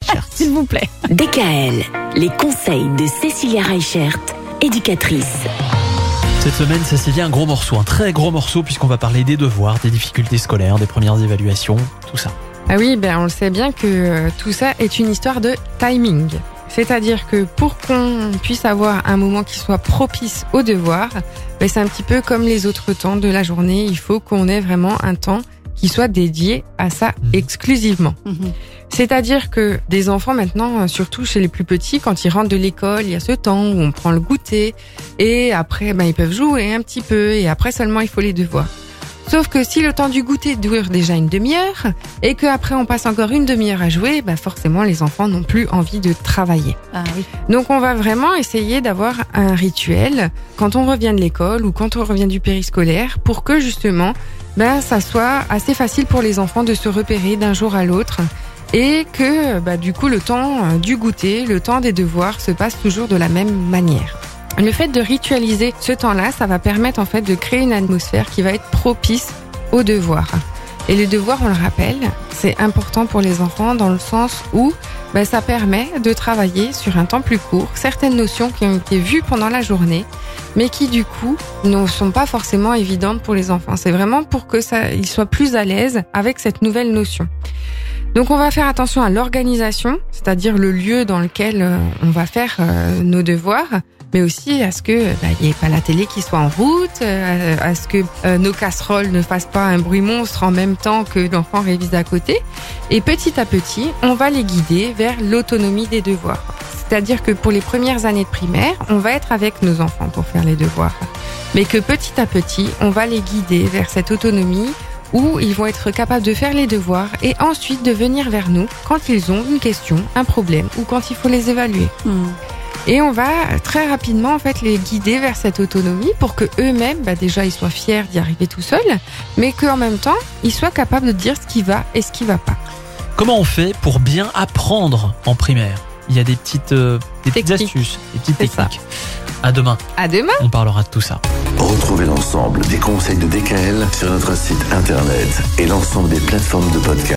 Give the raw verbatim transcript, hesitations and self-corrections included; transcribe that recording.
Reichert. S'il vous plaît. D K L, les conseils de Cécilia Reichert, éducatrice. Cette semaine, Cécilia, un gros morceau, un très gros morceau, puisqu'on va parler des devoirs, des difficultés scolaires, des premières évaluations, tout ça. Ah oui, ben on le sait bien que euh, tout ça est une histoire de timing. C'est-à-dire que pour qu'on puisse avoir un moment qui soit propice aux devoirs, ben c'est un petit peu comme les autres temps de la journée. Il faut qu'on ait vraiment un temps qui soit dédié à ça mmh. exclusivement. Mmh. C'est-à-dire que des enfants maintenant, surtout chez les plus petits, quand ils rentrent de l'école, il y a ce temps où on prend le goûter et après ben, ils peuvent jouer un petit peu et après seulement il faut les devoirs. Sauf que si le temps du goûter dure déjà une demi-heure et qu'après on passe encore une demi-heure à jouer, bah forcément les enfants n'ont plus envie de travailler. Ah oui. Donc on va vraiment essayer d'avoir un rituel quand on revient de l'école ou quand on revient du périscolaire pour que justement bah, ça soit assez facile pour les enfants de se repérer d'un jour à l'autre et que bah, du coup le temps du goûter, le temps des devoirs se passe toujours de la même manière. Le fait de ritualiser ce temps-là, ça va permettre en fait de créer une atmosphère qui va être propice aux devoirs. Et les devoirs, on le rappelle, c'est important pour les enfants dans le sens où ben, ça permet de travailler sur un temps plus court certaines notions qui ont été vues pendant la journée, mais qui du coup ne sont pas forcément évidentes pour les enfants. C'est vraiment pour que ça, ils soient plus à l'aise avec cette nouvelle notion. Donc on va faire attention à l'organisation, c'est-à-dire le lieu dans lequel euh, on va faire euh, nos devoirs, mais aussi à ce que bah, il n'y ait pas la télé qui soit en route, euh, à ce que euh, nos casseroles ne fassent pas un bruit monstre en même temps que l'enfant révise à côté. Et petit à petit, on va les guider vers l'autonomie des devoirs. C'est-à-dire que pour les premières années de primaire, on va être avec nos enfants pour faire les devoirs. Mais que petit à petit, on va les guider vers cette autonomie où ils vont être capables de faire les devoirs et ensuite de venir vers nous quand ils ont une question, un problème ou quand il faut les évaluer. Mmh. Et on va très rapidement en fait les guider vers cette autonomie pour que eux-mêmes, bah déjà ils soient fiers d'y arriver tout seuls, mais qu'en même temps ils soient capables de dire ce qui va et ce qui va pas. Comment on fait pour bien apprendre en primaire ? Il y a des petites, euh, des petites astuces, des petites C'est techniques. Ça. À demain. À demain. On parlera de tout ça. Retrouvez l'ensemble des conseils de D K L sur notre site internet et l'ensemble des plateformes de podcast.